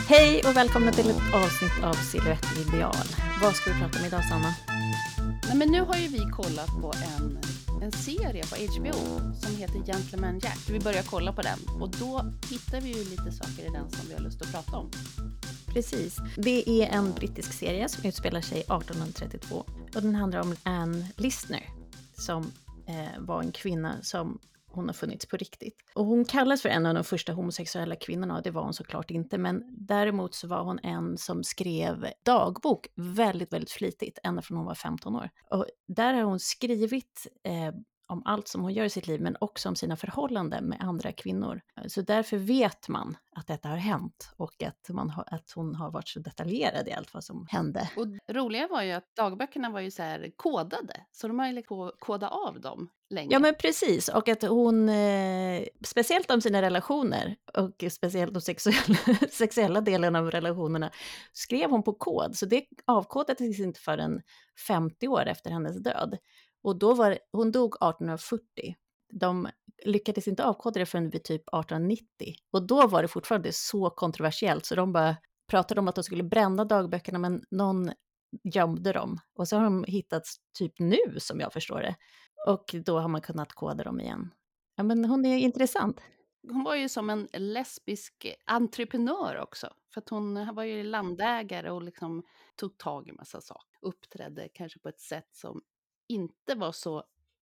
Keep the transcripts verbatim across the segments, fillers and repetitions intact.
Hej och välkomna till ett avsnitt av Silhouette Ideal. Vad ska vi prata om idag, Sanna? Nej, men nu har ju vi kollat på en, en serie på H B O som heter Gentleman Jack. Vi börjar kolla på den och då hittar vi ju lite saker i den som vi har lust att prata om. Precis. Det är en brittisk serie som utspelar sig arton trettiotvå och den handlar om Anne Lister som eh, var en kvinna som hon har funnits på riktigt. Och hon kallas för en av de första homosexuella kvinnorna, och det var hon såklart inte. Men däremot så var hon en som skrev dagbok väldigt, väldigt flitigt, ända från hon var femton år. Och där har hon skrivit eh, om allt som hon gör i sitt liv, men också om sina förhållanden med andra kvinnor. Så därför vet man att detta har hänt och att, man har, att hon har varit så detaljerad i allt vad som hände. Och det roliga var ju att dagböckerna var ju så här kodade, så de har ju liksom kodat av dem länge. Ja, men precis. Och att hon, eh, speciellt om sina relationer och speciellt de sexuella, sexuella delen av relationerna, skrev hon på kod. Så det avkodades inte förrän femtio år efter hennes död. Och då var, hon dog arton fyrtio. De lyckades inte avkoda det förrän vid typ arton nittio. Och då var det fortfarande så kontroversiellt, så de bara pratade om att de skulle bränna dagböckerna, men någon gömde dem. Och så har de hittats typ nu, som jag förstår det. Och då har man kunnat koda dem igen. Ja, men hon är intressant. Hon var ju som en lesbisk entreprenör också. För att hon var ju landägare och liksom tog tag i massa saker. Uppträdde kanske på ett sätt som inte var så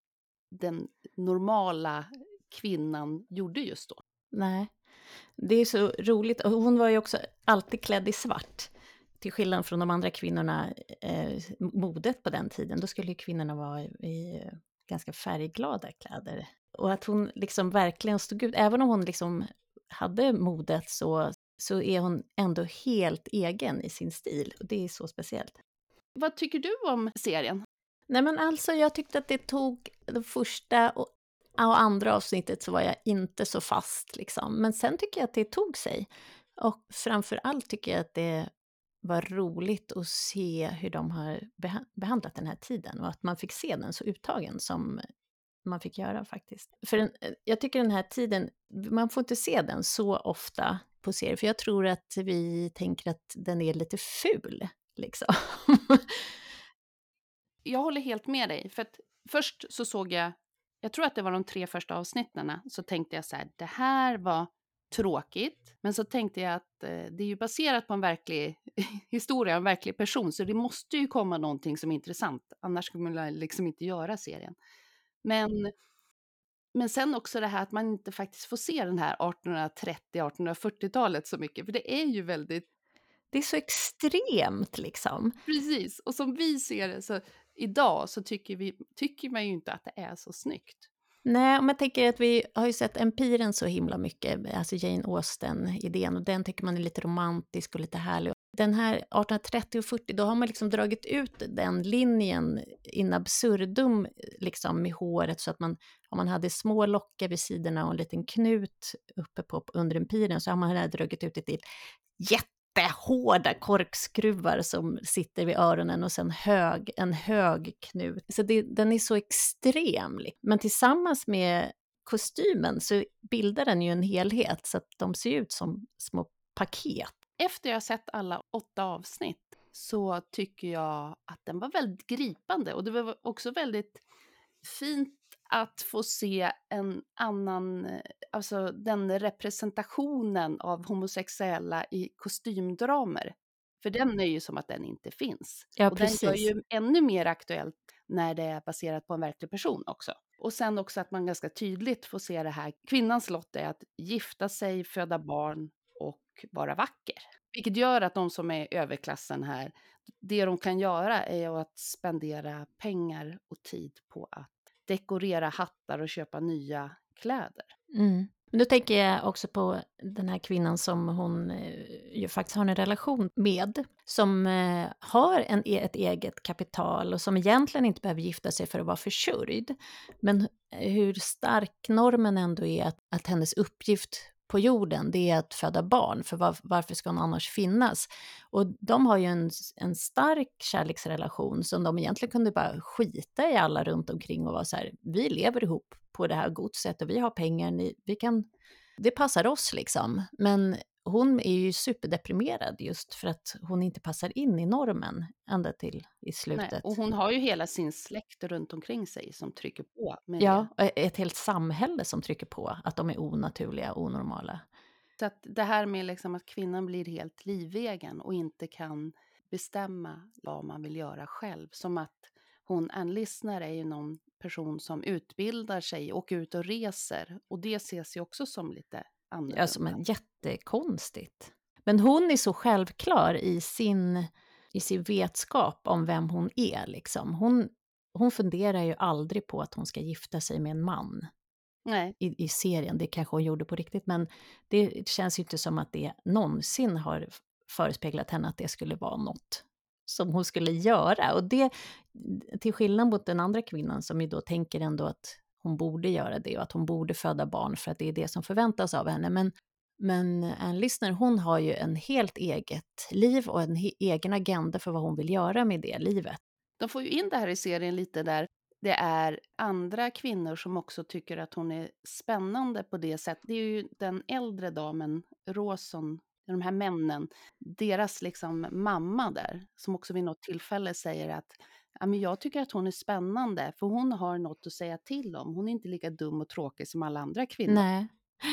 den normala kvinnan gjorde just då. Nej, det är så roligt. Och hon var ju också alltid klädd i svart. Till skillnad från de andra kvinnorna, eh, modet på den tiden. Då skulle ju kvinnorna vara i eh, ganska färgglada kläder. Och att hon liksom verkligen stod ut. Även om hon liksom hade modet så, så är hon ändå helt egen i sin stil. Och det är så speciellt. Vad tycker du om serien? Nej, men alltså jag tyckte att det tog det första och, och andra avsnittet så var jag inte så fast liksom. Men sen tycker jag att det tog sig. Och framför allt tycker jag att det var roligt att se hur de har beh- behandlat den här tiden. Och att man fick se den så uttagen som man fick göra faktiskt. För den, jag tycker den här tiden, man får inte se den så ofta på serier. För jag tror att vi tänker att den är lite ful liksom. Jag håller helt med dig. För att först så såg jag, jag tror att det var de tre första avsnitten, så tänkte jag så här, det här var tråkigt. Men så tänkte jag att eh, det är ju baserat på en verklig historia, en verklig person. Så det måste ju komma någonting som är intressant. Annars skulle man liksom inte göra serien. Men, men sen också det här att man inte faktiskt får se den här arton trettio arton fyrtio-talet så mycket. För det är ju väldigt... Det är så extremt liksom. Precis, och som vi ser det så idag så tycker, vi, tycker man ju inte att det är så snyggt. Nej, om jag tänker att vi har ju sett Empiren så himla mycket, alltså Jane Austen-idén, och den tycker man är lite romantisk och lite härlig. Den här arton trettio och fyrtio, då har man liksom dragit ut den linjen in absurdum liksom med håret, så att man, om man hade små lockar vid sidorna och en liten knut uppe på under Empiren, så har man här dragit ut det till jätte hårda korkskruvar som sitter vid öronen och sen hög, en hög knut. Så det, den är så extrem. Men tillsammans med kostymen så bildar den ju en helhet, så att de ser ut som små paket. Efter jag sett alla åtta avsnitt så tycker jag att den var väldigt gripande. Och det var också väldigt fint att få se en annan, alltså den representationen av homosexuella i kostymdramer. För den är ju som att den inte finns. Ja, och precis. Den gör ju ännu mer aktuellt när det är baserat på en verklig person också. Och sen också att man ganska tydligt får se det här. Kvinnans lott är att gifta sig, föda barn och vara vacker. Vilket gör att de som är överklassen här, det de kan göra är att spendera pengar och tid på att dekorera hattar och köpa nya kläder. Mm. Men då tänker jag också på den här kvinnan som hon eh, ju faktiskt har en relation med, som eh, har en, ett eget kapital och som egentligen inte behöver gifta sig för att vara försörjd. Men hur stark normen ändå är att, att hennes uppgift på jorden, det är att föda barn, för var, varför ska hon annars finnas? Och de har ju en, en stark kärleksrelation som de egentligen kunde bara skita i alla runt omkring och vara så här, vi lever ihop på det här godset och vi har pengar, ni, vi kan, det passar oss liksom. Men hon är ju superdeprimerad just för att hon inte passar in i normen ända till i Nej, slutet. och hon har ju hela sin släkt runt omkring sig som trycker på med Ja, det. och ett helt samhälle som trycker på att de är onaturliga, onormala. Så att det här med liksom att kvinnan blir helt livegen och inte kan bestämma vad man vill göra själv. Som att hon, en lyssnare, är ju någon person som utbildar sig och ut och reser. Och det ses ju också som lite annorlunda. Ja, som är jättekonstigt. Men hon är så självklar i sin, i sin vetskap om vem hon är. Liksom. Hon, hon funderar ju aldrig på att hon ska gifta sig med en man. Nej. I, i serien, det kanske hon gjorde på riktigt, men det känns ju inte som att det någonsin har förespeglat henne att det skulle vara något som hon skulle göra. Och det, till skillnad mot den andra kvinnan som ju då tänker ändå att hon borde göra det och att hon borde föda barn för att det är det som förväntas av henne. Men, men en lyssnare, hon har ju en helt eget liv och en he- egen agenda för vad hon vill göra med det livet. De får ju in det här i serien lite där det är andra kvinnor som också tycker att hon är spännande på det sättet. Det är ju den äldre damen, Rawson, de här männen, deras liksom mamma där, som också vid något tillfälle säger att ja, men jag tycker att hon är spännande för hon har något att säga till om. Hon är inte lika dum och tråkig som alla andra kvinnor. Nej.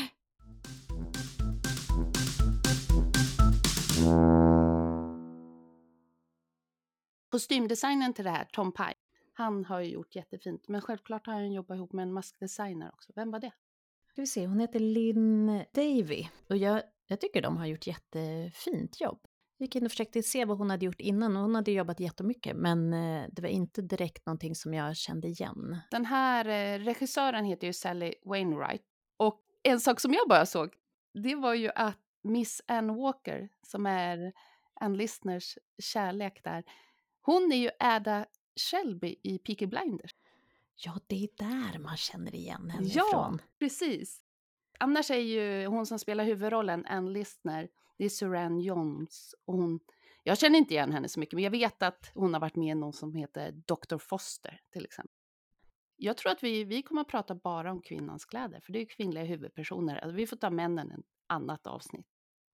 Kostymdesignen till det här, Tom Pye, han har ju gjort jättefint. Men självklart har han jobbat ihop med en maskdesigner också. Vem var det? Ska vi se, hon heter Lynn Davy. Och jag, jag tycker de har gjort jättefint jobb. Jag gick in och försökte se vad hon hade gjort innan. Och hon hade jobbat jättemycket. Men eh, det var inte direkt någonting som jag kände igen. Den här eh, regissören heter ju Sally Wainwright. Och en sak som jag bara såg, det var ju att Miss Ann Walker, som är en listeners kärlek där, hon är ju Ada Shelby i Peaky Blinders. Ja, det är där man känner igen henne Ja, ifrån. precis. Annars är ju hon som spelar huvudrollen Ann Lister, det är Suranne Jones. Och hon, jag känner inte igen henne så mycket, men jag vet att hon har varit med i någon som heter doktor Foster till exempel. Jag tror att vi, vi kommer att prata bara om kvinnans kläder, för det är kvinnliga huvudpersoner. Alltså, vi får ta männen i ett annat avsnitt.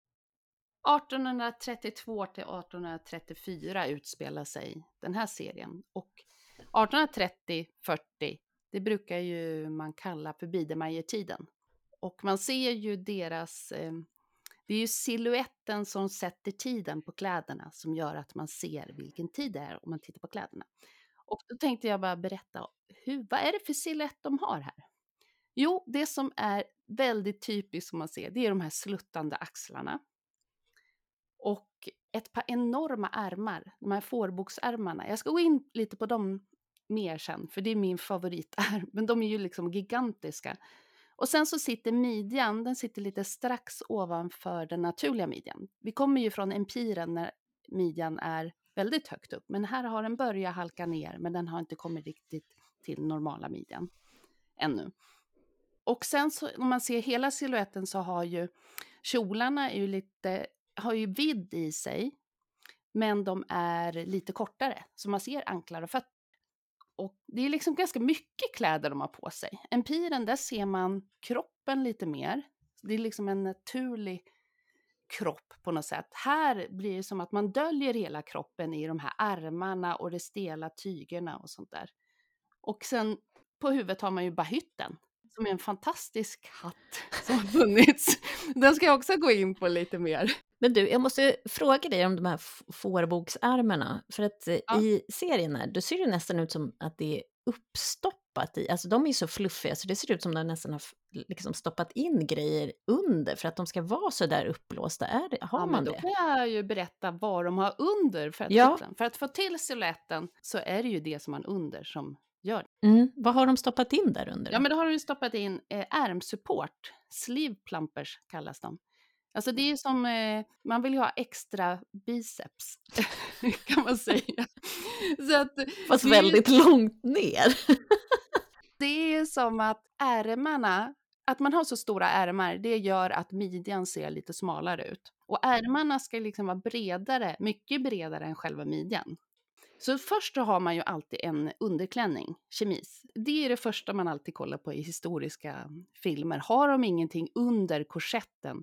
arton trettiotvå till arton trettiofyra utspelar sig den här serien. Och arton trettio fyrtio, det brukar ju man kalla för Biedermeiertiden. Och man ser ju deras, eh, det är ju siluetten som sätter tiden på kläderna som gör att man ser vilken tid det är om man tittar på kläderna. Och då tänkte jag bara berätta, hur, vad är det för silhuett de har här? Jo, det som är väldigt typiskt som man ser, det är de här sluttande axlarna. Och ett par enorma ärmar, de här fårboksärmarna. Jag ska gå in lite på dem mer sen, för det är min favoritärm. Men de är ju liksom gigantiska. Och sen så sitter midjan, den sitter lite strax ovanför den naturliga midjan. Vi kommer ju från empiren när midjan är väldigt högt upp. Men här har den börjat halka ner, men den har inte kommit riktigt till normala midjan ännu. Och sen så, om man ser hela siluetten så har ju kjolarna är ju lite, har ju vidd i sig. Men de är lite kortare, så man ser anklar och fötter. Och det är liksom ganska mycket kläder de har på sig. Empiren, där ser man kroppen lite mer. Det är liksom en naturlig kropp på något sätt. Här blir det som att man döljer hela kroppen i de här armarna och de stela tygerna och sånt där. Och sen på huvudet har man ju bahytten, som är en fantastisk hatt som har funnits. Den ska jag också gå in på lite mer. Men du, jag måste fråga dig om de här f- fårboksärmarna. För att eh, Ja. i serien här, då ser det nästan ut som att det är uppstoppat i. Alltså de är så fluffiga så det ser ut som de nästan har f- liksom stoppat in grejer under för att de ska vara så där uppblåsta. Är det, har Ja, man men då det? kan jag ju berätta vad de har under för att, Ja. få, den. För att få till siluetten så är det ju det som man under som gör det. Mm. Vad har de stoppat in där under? Ja, då? men då har de ju stoppat in eh, ärmsupport. Sleeve plumpers kallas de. Alltså det är som, eh, man vill ju ha extra biceps kan man säga. Så att, Fast det är ju- väldigt långt ner. Det är som att ärmarna, att man har så stora ärmar, det gör att midjan ser lite smalare ut. Och ärmarna ska liksom vara bredare, mycket bredare än själva midjan. Så först så har man ju alltid en underklänning, chemise. Det är det första man alltid kollar på i historiska filmer. Har de ingenting under korsetten,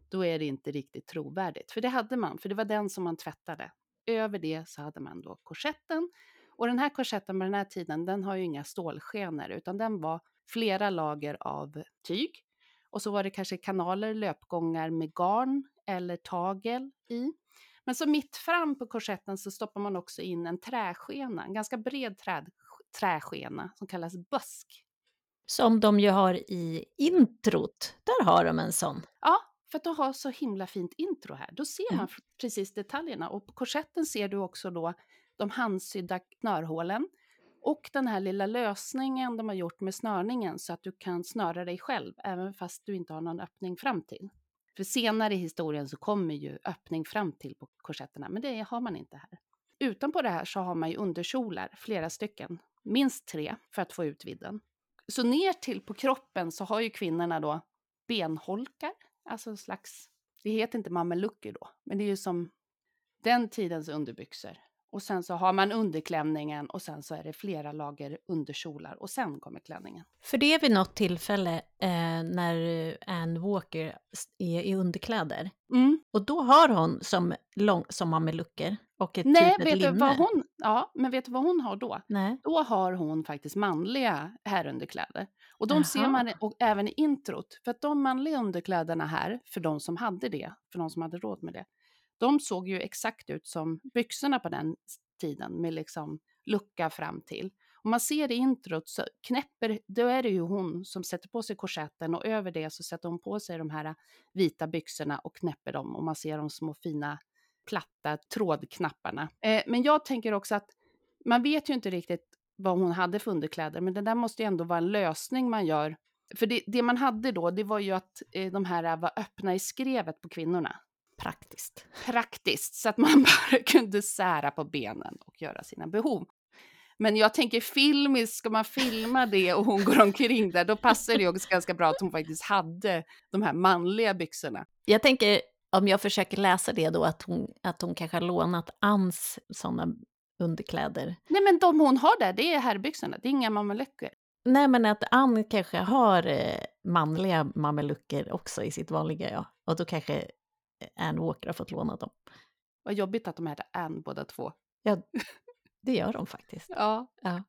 då är det inte riktigt trovärdigt. För det hade man, för det var den som man tvättade. Över det så hade man då korsetten. Och den här korsetten på den här tiden, den har ju inga stålskenor, utan den var flera lager av tyg. Och så var det kanske kanaler, löpgångar med garn eller tagel i. Men så mitt fram på korsetten så stoppar man också in en träskena, en ganska bred träd, träskena som kallas busk. Som de ju har i introt, där har de en sån. Ja, för att de har så himla fint intro här. Då ser Ja. man precis detaljerna. Och på korsetten ser du också då de handsydda knörhålen. Och den här lilla lösningen de har gjort med snörningen så att du kan snöra dig själv även fast du inte har någon öppning fram till. För senare i historien så kommer ju öppning fram till på korsetterna, men det har man inte här. Utanpå det här så har man ju underkjolar, flera stycken, minst tre för att få ut vidden. Så ner till på kroppen så har ju kvinnorna då benholkar, alltså en slags, det heter inte mamelucker då, men det är ju som den tidens underbyxor. Och sen så har man underklänningen och sen så är det flera lager underkjolar och sen kommer klänningen. För det är vid något tillfälle eh, när Anne Walker är i underkläder. Mm. Och då har hon som, lång, som mamelucker och ett Nej, typ ett vet linne. du vad hon, ja, men vet du vad hon har då? Nej. Då har hon faktiskt manliga herrunderkläder. Och de ser Aha. man och även i introt. För att de manliga underkläderna här, för de som hade det, för de som hade råd med det, de såg ju exakt ut som byxorna på den tiden med liksom lucka fram till. Om man ser i introt så knäpper, då är det ju hon som sätter på sig korsetten och över det så sätter hon på sig de här vita byxorna och knäpper dem och man ser de små fina platta trådknapparna. Eh, men jag tänker också att man vet ju inte riktigt vad hon hade för underkläder, men det där måste ju ändå vara en lösning man gör. För det, det man hade då, det var ju att eh, de här var öppna i skrevet på kvinnorna. Praktiskt. Praktiskt, så att man bara kunde sära på benen och göra sina behov. Men jag tänker filmiskt, ska man filma det och hon går omkring där, då passar det ju också ganska bra att hon faktiskt hade de här manliga byxorna. Jag tänker, om jag försöker läsa det då, att hon, att hon kanske har lånat Anns sådana underkläder. Nej, men de hon har där, det är herrbyxorna, det är inga mamelucker. Nej, men att Ann kanske har eh, manliga mamelucker också i sitt vanliga, ja. Och då kanske Anne Walker har fått låna dem. Vad jobbigt att de heter Anne båda två. Ja, det gör de faktiskt. Ja. Ja.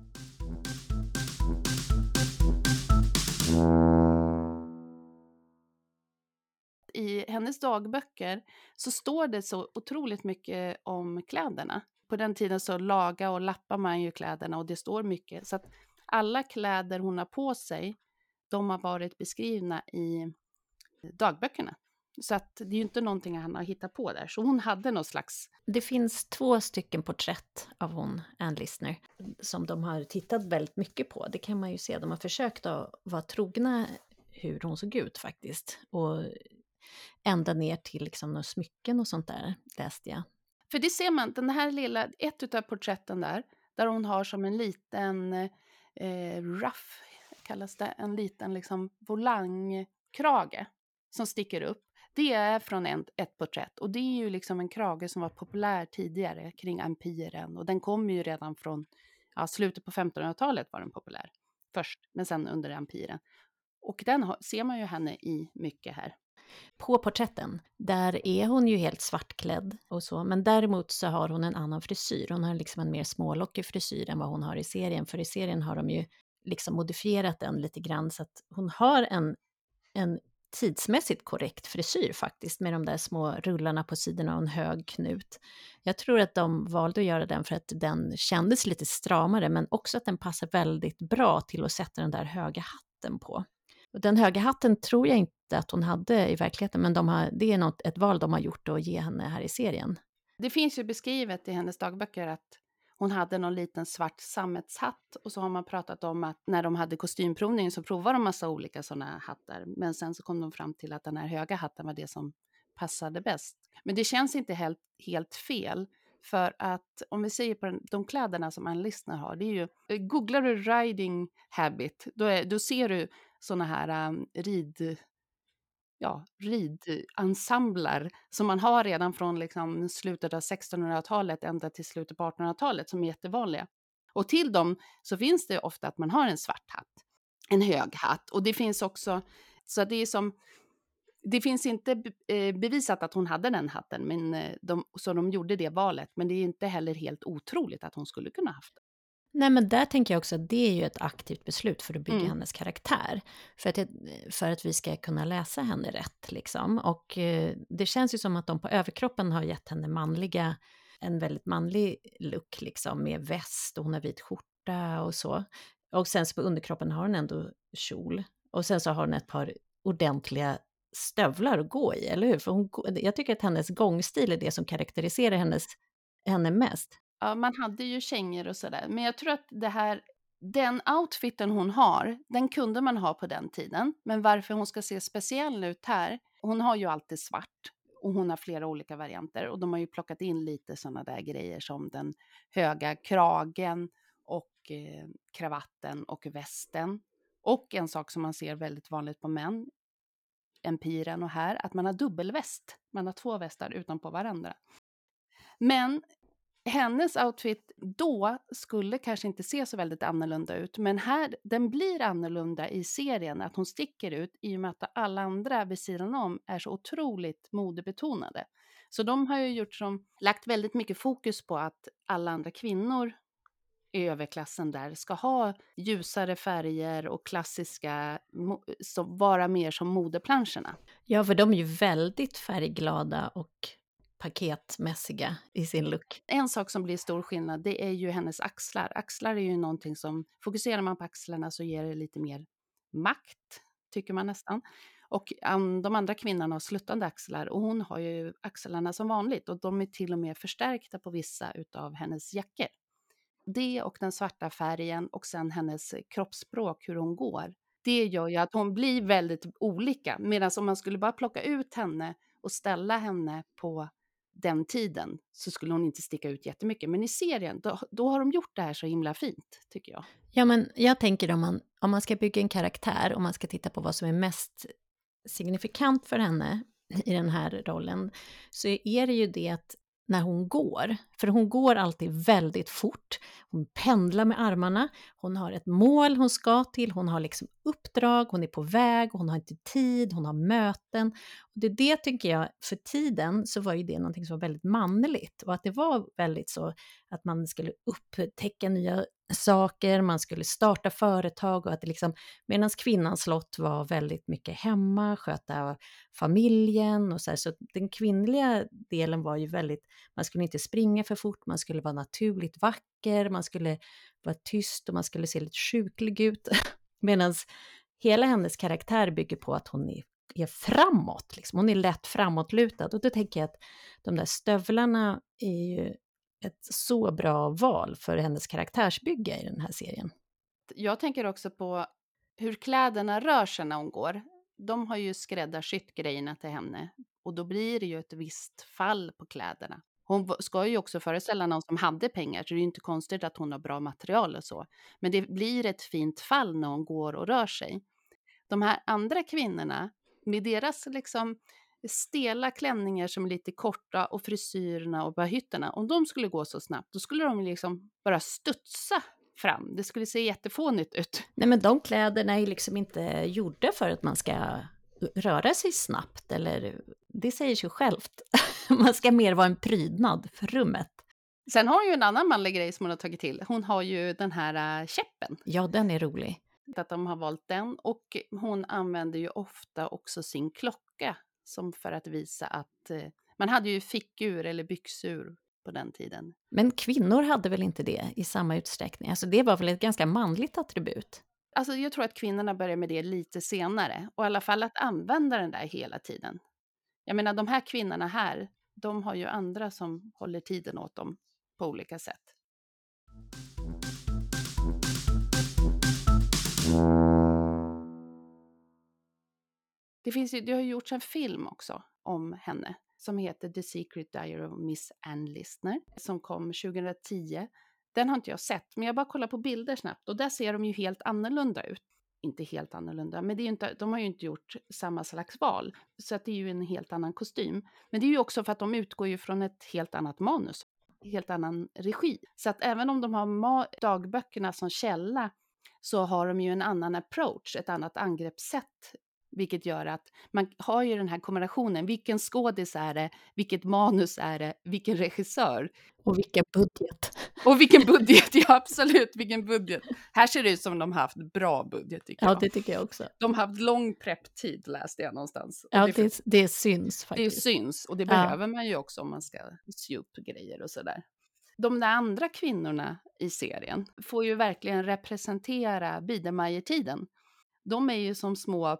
I hennes dagböcker så står det så otroligt mycket om kläderna. På den tiden så laga och lappar man ju kläderna och det står mycket. Så att alla kläder hon har på sig, de har varit beskrivna i dagböckerna. Så att det är ju inte någonting han har hittat på där. Så hon hade någon slags... Det finns två stycken porträtt av hon, Anne Lister, som de har tittat väldigt mycket på. Det kan man ju se. De har försökt att vara trogna hur hon såg ut faktiskt. Och ända ner till liksom några smycken och sånt där, läste jag. För det ser man, den här lilla, ett utav porträtten där, där hon har som en liten eh, ruff, kallas det, en liten liksom volangkrage som sticker upp. Det är från en, ett porträtt och det är ju liksom en krage som var populär tidigare kring empiren och den kommer ju redan från ja, slutet på femtonhundratalet var den populär först, men sen under empiren. Och den har, ser man ju henne i mycket här. På porträtten, där är hon ju helt svartklädd och så, men däremot så har hon en annan frisyr. Hon har liksom en mer smålockig frisyr än vad hon har i serien, för i serien har de ju liksom modifierat den lite grann så att hon har en, en tidsmässigt korrekt frisyr faktiskt, med de där små rullarna på sidorna och en hög knut. Jag tror att de valde att göra den för att den kändes lite stramare, men också att den passar väldigt bra till att sätta den där höga hatten på. Och den höga hatten tror jag inte att hon hade i verkligheten, men de har, det är något, ett val de har gjort att ge henne här i serien. Det finns ju beskrivet i hennes dagböcker att hon hade någon liten svart sammetshatt och så har man pratat om att när de hade kostymprovning så provade de massa olika sådana hattar, men sen så kom de fram till att den här höga hatten var det som passade bäst. Men det känns inte helt, helt fel, för att om vi säger på den, de kläderna som Anne Lister har, det är ju, googlar du riding habit, då, är, då ser du såna här um, rid... ja, ridensembler som man har redan från liksom slutet av sextonhundratalet ända till slutet på artonhundratalet som är jättevanliga. Och till dem så finns det ofta att man har en svart hatt, en hög hatt. Och det finns också, så det är som, Det finns inte eh, bevisat att hon hade den hatten, men eh, de, så de gjorde det valet. Men det är inte heller helt otroligt att hon skulle kunna haft det. Nej, men där tänker jag också att det är ju ett aktivt beslut för att bygga Mm. hennes karaktär. För att, för att vi ska kunna läsa henne rätt liksom. Och eh, det känns ju som att de på överkroppen har gett henne manliga, en väldigt manlig look liksom. Med väst och hon har vit skjorta och så. Och sen så på underkroppen har hon ändå kjol. Och sen så har hon ett par ordentliga stövlar att gå i, eller hur? För hon, jag tycker att hennes gångstil är det som karaktäriserar hennes, henne mest. Ja, man hade ju kängor och sådär. Men jag tror att det här, den outfiten hon har, den kunde man ha på den tiden. Men varför hon ska se speciell ut här, hon har ju alltid svart. Och hon har flera olika varianter. Och de har ju plockat in lite sådana där grejer som den höga kragen och eh, kravatten och västen. Och en sak som man ser väldigt vanligt på män, empiren och här, att man har dubbelväst. Man har två västar utanpå varandra. Men hennes outfit då skulle kanske inte se så väldigt annorlunda ut. Men här, den blir annorlunda i serien. Att hon sticker ut i och med att alla andra vid sidan om är så otroligt modebetonade. Så de har ju gjort som, lagt väldigt mycket fokus på att alla andra kvinnor i överklassen där ska ha ljusare färger och klassiska, som vara mer som modeplanscherna. Ja, för de är ju väldigt färgglada och paketmässiga i sin look. En sak som blir stor skillnad, det är ju hennes axlar. Axlar är ju någonting som, fokuserar man på axlarna så ger det lite mer makt, tycker man nästan. Och um, de andra kvinnorna har sluttande axlar och hon har ju axlarna som vanligt. Och de är till och med förstärkta på vissa utav hennes jackor. Det och den svarta färgen och sen hennes kroppsspråk, hur hon går. Det gör ju att hon blir väldigt olika. Medan om man skulle bara plocka ut henne och ställa henne på den tiden så skulle hon inte sticka ut jättemycket. Men i serien, då, då har de gjort det här så himla fint, tycker jag. Ja, men jag tänker om man, om man ska bygga en karaktär, om man ska titta på vad som är mest signifikant för henne i den här rollen, så är det ju det att när hon går, för hon går alltid väldigt fort, hon pendlar med armarna, hon har ett mål hon ska till, hon har liksom uppdrag, hon är på väg, hon har inte tid, hon har möten. Och det, det tycker jag, för tiden så var ju det någonting som var väldigt manligt och att det var väldigt så att man skulle upptäcka nya saker, man skulle starta företag och att det liksom, medan kvinnans slott var väldigt mycket hemma, sköta familjen och så här, så den kvinnliga delen var ju väldigt, man skulle inte springa för fort, man skulle vara naturligt vacker, man skulle vara tyst och man skulle se lite sjuklig ut, medan hela hennes karaktär bygger på att hon är, är framåt, liksom. Hon är lätt framåtlutad och då tänker jag att de där stövlarna är ju ett så bra val för hennes karaktärsbygge i den här serien. Jag tänker också på hur kläderna rör sig när hon går. De har ju skräddarsytt grejerna till henne. Och då blir det ju ett visst fall på kläderna. Hon ska ju också föreställa någon som hade pengar. Så det är ju inte konstigt att hon har bra material och så. Men det blir ett fint fall när hon går och rör sig. De här andra kvinnorna, med deras liksom stela klänningar som är lite korta och frisyrerna och bahytterna, om de skulle gå så snabbt, då skulle de liksom bara studsa fram. Det skulle se jättefånigt ut. Nej, men de kläderna är liksom inte gjorda för att man ska röra sig snabbt, eller det säger sig självt. Man ska mer vara en prydnad för rummet. Sen har hon ju en annan manlig grej som hon har tagit till. Hon har ju den här uh, käppen. Ja, den är rolig. Att de har valt den, och hon använder ju ofta också sin klocka som för att visa att uh, man hade ju fickur eller byxur på den tiden. Men kvinnor hade väl inte det i samma utsträckning? Alltså det var väl ett ganska manligt attribut? Alltså jag tror att kvinnorna börjar med det lite senare. Och i alla fall att använda den där hela tiden. Jag menar, de här kvinnorna här, de har ju andra som håller tiden åt dem på olika sätt. Det finns ju, det har ju gjorts en film också om henne som heter The Secret Diary of Miss Anne Listener, som kom tjugohundratio. Den har inte jag sett, men jag bara kollar på bilder snabbt och där ser de ju helt annorlunda ut. Inte helt annorlunda, men det är ju inte, de har ju inte gjort samma slags val. Så att det är ju en helt annan kostym. Men det är ju också för att de utgår ju från ett helt annat manus, helt annan regi. Så att även om de har ma- dagböckerna som källa så har de ju en annan approach, ett annat angreppssätt Vilket gör att man har ju den här kombinationen. Vilken skådis är det? Vilket manus är det? Vilken regissör? Och vilken budget. Och vilken budget, ja absolut, vilken budget. Här ser det ut som de har haft bra budget tycker Ja, jag. det tycker jag också. De har haft lång prepptid läste jag någonstans. Och Ja, det, det, det syns det faktiskt. syns och det Ja. behöver man ju också om man ska sy upp grejer och sådär. De där andra kvinnorna i serien får ju verkligen representera Biedermeier-tiden. De är ju som små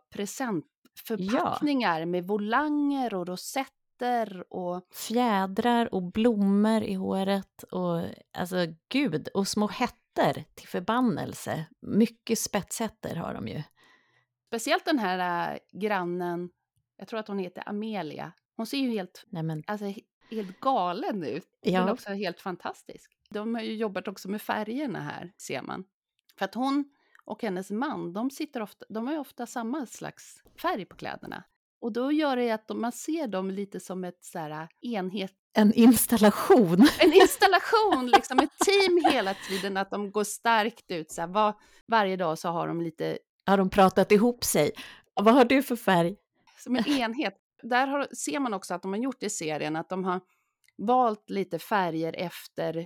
presentförpackningar med volanger och rosetter och Fjädrar och blommor i håret och alltså gud, och små hätter till förbannelse. Mycket spetshätter har de ju. speciellt den här äh, grannen, jag tror att hon heter Amelia. Hon ser ju helt, Nej, men, alltså, he- helt galen ut, men ja, också helt fantastisk. De har ju jobbat också med färgerna här, ser man. För att hon och hennes man, de, sitter ofta, de har ju ofta samma slags färg på kläderna. Och då gör det att de, man ser dem lite som ett så här enhet, en installation. en installation, liksom ett team hela tiden, att de går starkt ut. Så här, var, varje dag så har de lite Har de pratat ihop sig? Vad har du för färg? som en enhet. Där har, ser man också att de har gjort i serien att de har valt lite färger efter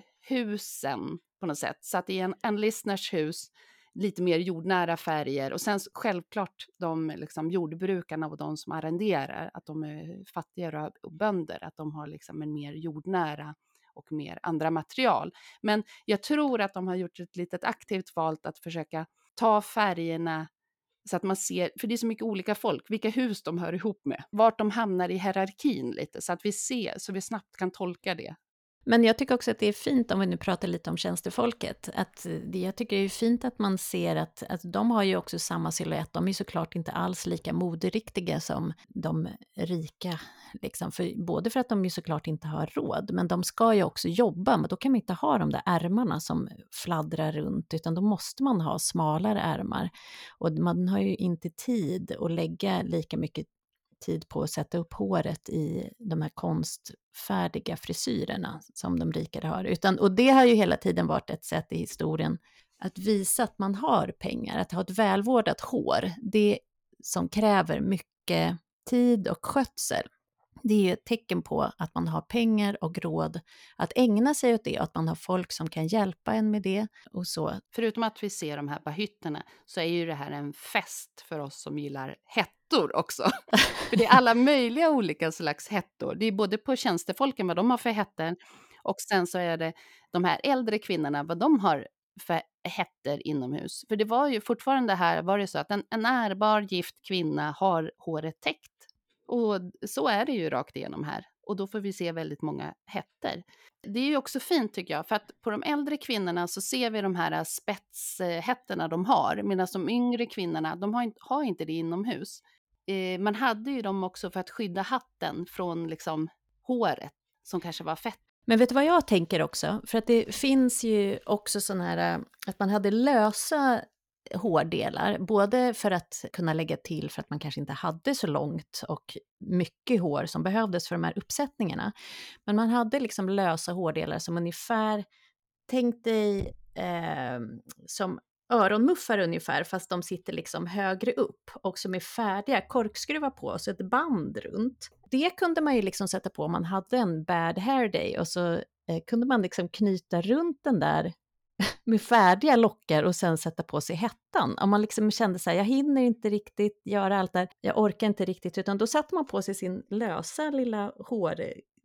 husen på något sätt. Så att i en, en listeners hus lite mer jordnära färger och sen självklart de liksom jordbrukarna och de som arrenderar, att de är fattigare och bönder, att de har liksom en mer jordnära och mer andra material. Men jag tror att de har gjort ett litet aktivt val att försöka ta färgerna så att man ser, för det är så mycket olika folk, vilka hus de hör ihop med, vart de hamnar i hierarkin lite, så att vi ser, så vi snabbt kan tolka det. Men jag tycker också att det är fint, om vi nu pratar lite om tjänstefolket, att det, jag tycker det är fint att man ser att, att de har ju också samma silhuett, de är såklart inte alls lika moderiktiga som de rika, liksom. För, både för att de ju såklart inte har råd, men de ska ju också jobba, men då kan man inte ha de där ärmarna som fladdrar runt, utan då måste man ha smalare ärmar. Och man har ju inte tid att lägga lika mycket tid på att sätta upp håret i de här konstfärdiga frisyrerna som de rikare har. Utan, och det har ju hela tiden varit ett sätt i historien att visa att man har pengar, att ha ett välvårdat hår. Det som kräver mycket tid och skötsel. Det är ju ett tecken på att man har pengar och råd att ägna sig åt det, att man har folk som kan hjälpa en med det och så. Förutom att vi ser de här bahytterna så är ju det här en fest för oss som gillar hettor också. För det är alla möjliga olika slags hettor. Det är både på tjänstefolken vad de har för hettor och sen så är det de här äldre kvinnorna vad de har för hettor inomhus. För det var ju fortfarande här var det så att en, en ärbar gift kvinna har håret täckt. Och så är det ju rakt igenom här. Och då får vi se väldigt många hettor. Det är ju också fint tycker jag. För att på de äldre kvinnorna så ser vi de här spetshettorna de har. Medan de yngre kvinnorna, de har inte, har inte det inomhus. Eh, man hade ju dem också för att skydda hatten från liksom håret som kanske var fett. Men vet du vad jag tänker också? För att det finns ju också sån här, att man hade lösa hårdelar, både för att kunna lägga till för att man kanske inte hade så långt och mycket hår som behövdes för de här uppsättningarna. Men man hade liksom lösa hårdelar som ungefär, tänk dig eh, som öronmuffar ungefär, fast de sitter liksom högre upp och som är färdiga, korkskruva på och så ett band runt. Det kunde man ju liksom sätta på om man hade en bad hair day och så eh, kunde man liksom knyta runt den där med färdiga lockar och sen sätta på sig hettan. Om man liksom kände så här, jag hinner inte riktigt göra allt där, jag orkar inte riktigt, utan då satte man på sig sin lösa lilla hår,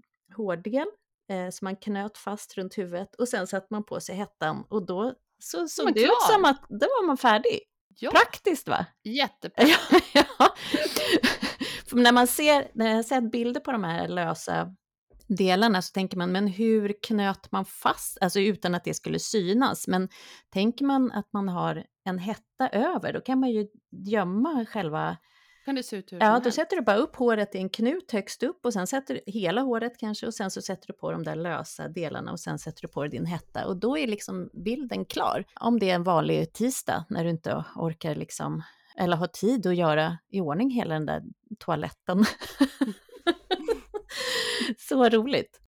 hårdel eh, som man knöt fast runt huvudet och sen satte man på sig hettan och då så såg Men det ut klar. som att då var man färdig. Ja. Praktiskt va? Jättepraktiskt. Ja, ja. För när man ser, när jag har sett bilder på de här lösa delarna så tänker man, men hur knöt man fast, alltså utan att det skulle synas, men tänker man att man har en hetta över, då kan man ju gömma själva, Kan det se ut hur ja som då helst. sätter du bara upp håret i en knut högst upp och sen sätter du hela håret kanske och sen så sätter du på de där lösa delarna och sen sätter du på din hetta och då är liksom bilden klar. Om det är en vanlig tisdag när du inte orkar liksom, eller har tid att göra i ordning hela den där toaletten. Så roligt.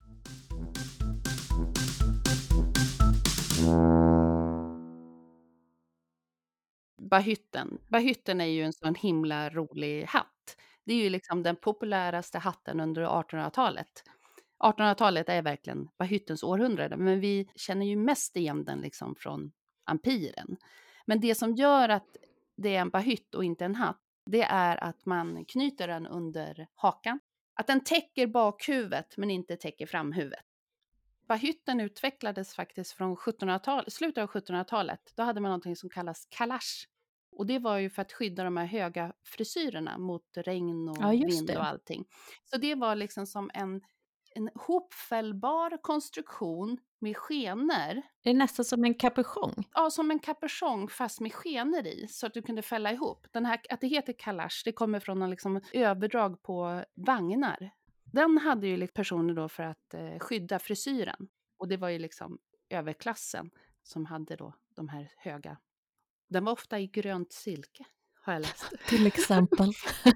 Bahytten. Bahytten är ju en sån himla rolig hatt. Det är ju liksom den populäraste hatten under artonhundratalet. artonhundratalet är verkligen bahyttens århundrade, men vi känner ju mest igen den liksom från ampiren. Men det som gör att det är en bahytt och inte en hatt, det är att man knyter den under hakan. Att den täcker bakhuvudet men inte täcker framhuvudet. Bahytten utvecklades faktiskt från sjuttonhundratalet, slutet av sjuttonhundratalet. Då hade man någonting som kallas kalash. Och det var ju för att skydda de här höga frisyrerna mot regn och Ja, just vind det. och allting. Så det var liksom som en, en hopfällbar konstruktion med skenor. Det är nästan som en kapuschong. Ja, som en kapuschong fast med skenor i, så att du kunde fälla ihop. Den här, att det heter kalash, det kommer från en liksom överdrag på vagnar. Den hade ju liksom personer då för att eh, skydda frisyren. Och det var ju liksom överklassen som hade då de här höga. Den var ofta i grönt silke, har jag läst. Till exempel.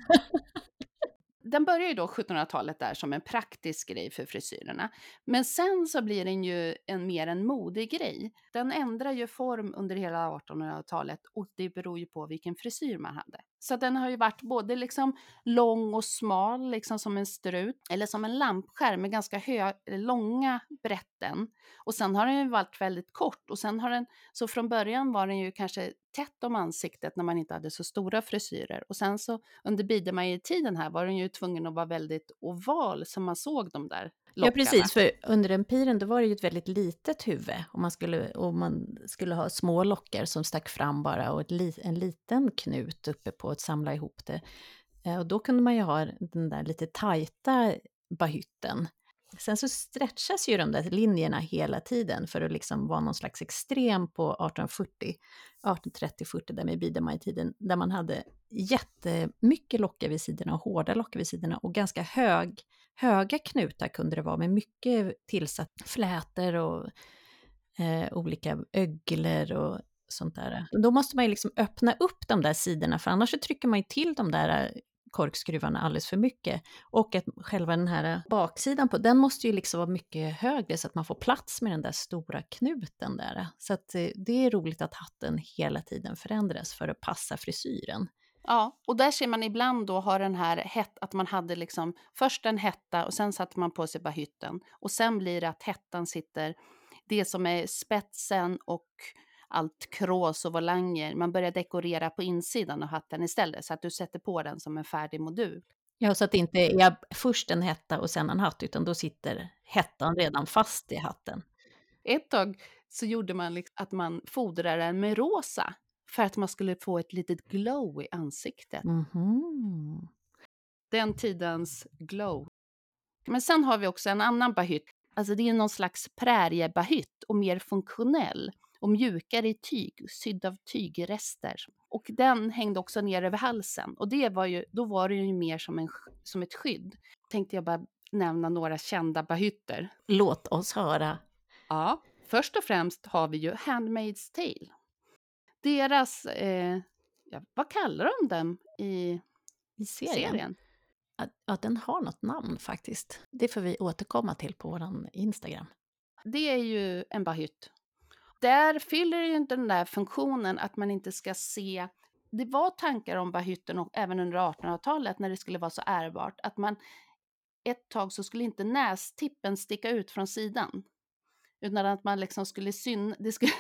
Den börjar ju då sjuttonhundratalet där som en praktisk grej för frisyrerna. Men sen så blir den ju en mer en modegrej. Den ändrar ju form under hela artonhundratalet och det beror ju på vilken frisyr man hade. Så den har ju varit både liksom lång och smal, liksom som en strut, eller som en lampskärm med ganska hö- långa brätten. Och sen har den ju varit väldigt kort och sen har den, så från början var den ju kanske tätt om ansiktet när man inte hade så stora frisyrer. Och sen så under Biedermeier-tiden här var den ju tvungen att vara väldigt oval så man såg de där lockarna. Ja, precis. För under empiren då var det ju ett väldigt litet huvud. Och man skulle, och man skulle ha små lockar som stack fram bara och ett li, en liten knut uppe på att samla ihop det. Eh, och då kunde man ju ha den där lite tajta bahytten. Sen så stretchas ju de där linjerna hela tiden för att liksom vara någon slags extrem på arton fyrtio, arton trettio fyrtio där med Biedermeier-tiden, där man hade jättemycket lockar vid sidorna och hårda lockar vid sidorna och ganska hög, höga knutar kunde det vara med mycket tillsatt flätor och eh, olika öglor och sånt där. Då måste man ju liksom öppna upp de där sidorna, för annars så trycker man ju till de där korkskruvarna alldeles för mycket. Och att själva den här baksidan på, den måste ju liksom vara mycket högre så att man får plats med den där stora knuten där. Så att det är roligt att hatten hela tiden förändras för att passa frisyren. Ja, och där ser man ibland då har den här hett, att man hade liksom först en hetta och sen satte man på sig bahytten. Och sen blir det att hettan sitter, det som är spetsen och allt krås och volanger. Man börjar dekorera på insidan av hatten istället så att du sätter på den som en färdig modul. Ja, så att det inte är först en hetta och sen en hatt, utan då sitter hettan redan fast i hatten. Ett tag så gjorde man liksom att man fodrade den med rosa för att man skulle få ett litet glow i ansiktet. Mm-hmm. Den tidens glow. Men sen har vi också en annan bahytt. Alltså det är någon slags präriebahytt och mer funktionell. Och mjukare i tyg, sydd av tygrester. Och den hängde också ner över halsen. Och det var ju, då var det ju mer som, en, som ett skydd. Tänkte jag bara nämna några kända bahytter. Låt oss höra. Ja, först och främst har vi ju Handmaid's Tale. Deras, eh, ja, vad kallar de dem i, I serien? serien? Ja, ja, den har något namn faktiskt. Det får vi återkomma till på vår Instagram. Det är ju en bahytt. Där fyller ju inte den där funktionen att man inte ska se. Det var tankar om bahytten och även under artonhundratalet när det skulle vara så ärbart. Att man ett tag så skulle inte nästippen sticka ut från sidan. Utan att man liksom skulle syn... Det skulle